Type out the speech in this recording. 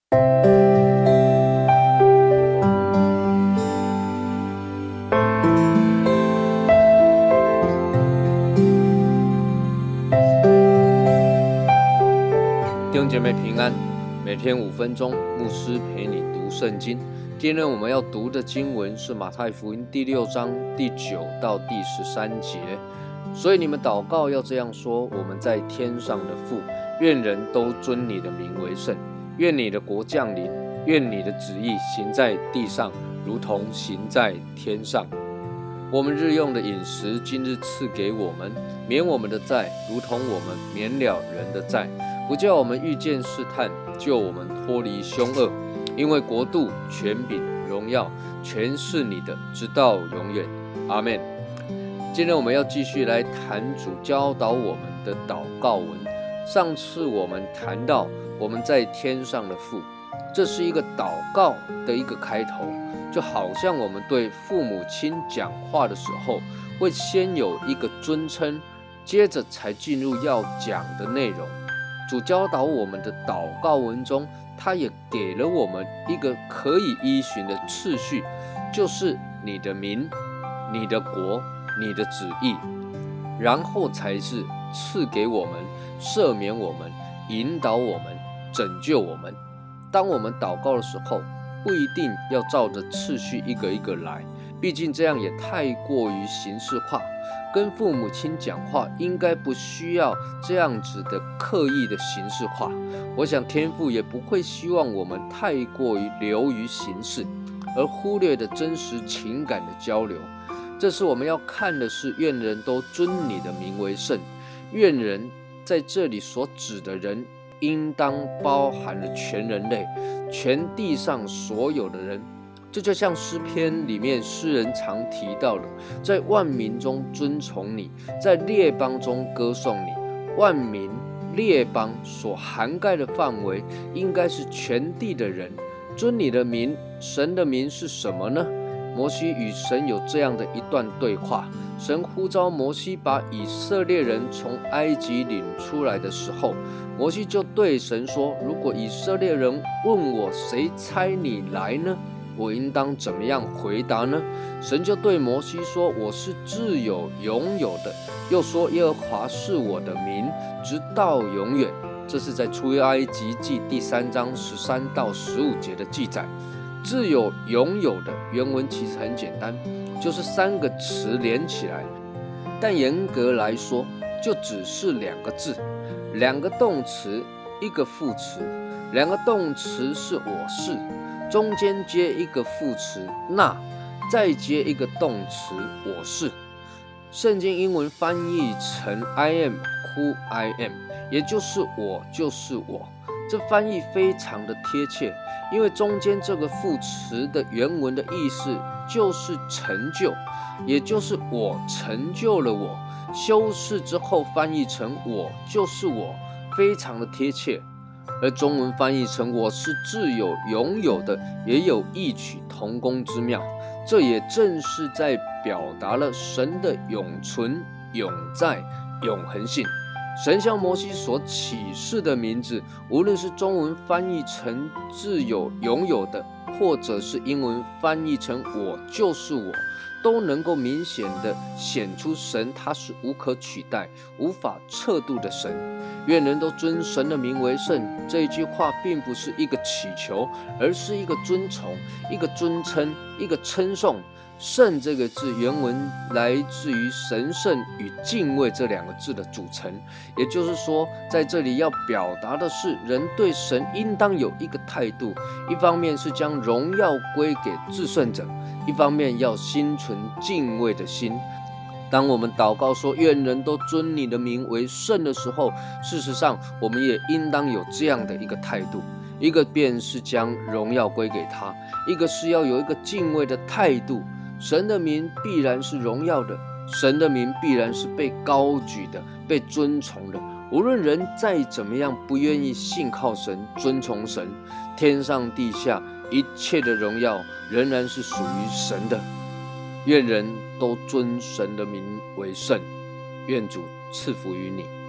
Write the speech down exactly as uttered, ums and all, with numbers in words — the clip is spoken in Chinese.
弟兄姐妹平安，每天五分钟，牧师陪你读圣经。今天我们要读的经文是马太福音第六章第九到第十三节。所以你们祷告要这样说：我们在天上的父，愿人都尊你的名为圣，愿你的国降临，愿你的旨意行在地上，如同行在天上。我们日用的饮食，今日赐给我们，免我们的债，如同我们免了人的债，不叫我们遇见试探，救我们脱离凶恶。因为国度、权柄、荣耀，全是你的，直到永远。阿们。今天我们要继续来谈主教导我们的祷告文。上次我们谈到我们在天上的父，这是一个祷告的一个开头，就好像我们对父母亲讲话的时候，会先有一个尊称，接着才进入要讲的内容。主教导我们的祷告文中，他也给了我们一个可以依循的次序，就是你的名、你的国、你的旨意，然后才是赐给我们、赦免我们、引导我们、拯救我们。当我们祷告的时候，不一定要照着次序一个一个来，毕竟这样也太过于形式化。跟父母亲讲话，应该不需要这样子的刻意的形式化。我想天父也不会希望我们太过于流于形式，而忽略的真实情感的交流。这是我们要看的是，愿人都尊你的名为圣。愿人在这里所指的人，应当包含了全人类，全地上所有的人。这就像诗篇里面诗人常提到的，在万民中尊崇你，在列邦中歌颂你。万民列邦所涵盖的范围，应该是全地的人。尊你的名，神的名是什么呢？摩西与神有这样的一段对话。神呼召摩西把以色列人从埃及领出来的时候，摩西就对神说：如果以色列人问我谁差你来呢？我应当怎么样回答呢？神就对摩西说：我是自有永有的。又说：耶和华是我的名，直到永远。这是在出埃及记第三章十三到十五节的记载。自有永有的原文其实很简单，就是三个词连起来，但严格来说就只是两个字，两个动词，一个副词。两个动词是我是，中间接一个副词那，再接一个动词我是。圣经英文翻译成 I am who I am， 也就是我就是我。这翻译非常的贴切，因为中间这个副词的原文的意思就是成就，也就是我成就了我。修饰之后翻译成我就是我，非常的贴切。而中文翻译成我是自有永有的，也有异曲同工之妙。这也正是在表达了神的永存、永在、永恒性。神向摩西所启示的名字，无论是中文翻译成自有永有的，或者是英文翻译成我就是我，都能够明显的显出神他是无可取代、无法测度的神。愿人都尊神的名为圣，这一句话并不是一个祈求，而是一个尊崇、一个尊称、一个称颂。圣这个字原文来自于神圣与敬畏这两个字的组成，也就是说，在这里要表达的是，人对神应当有一个态度，一方面是将荣耀归给至圣者，一方面要心存敬畏的心。当我们祷告说愿人都尊你的名为圣的时候，事实上我们也应当有这样的一个态度，一个便是将荣耀归给他，一个是要有一个敬畏的态度。神的名必然是荣耀的，神的名必然是被高举的，被尊崇的。无论人再怎么样不愿意信靠神、尊崇神，天上地下一切的荣耀仍然是属于神的。愿人都尊神的名为圣，愿主赐福于你。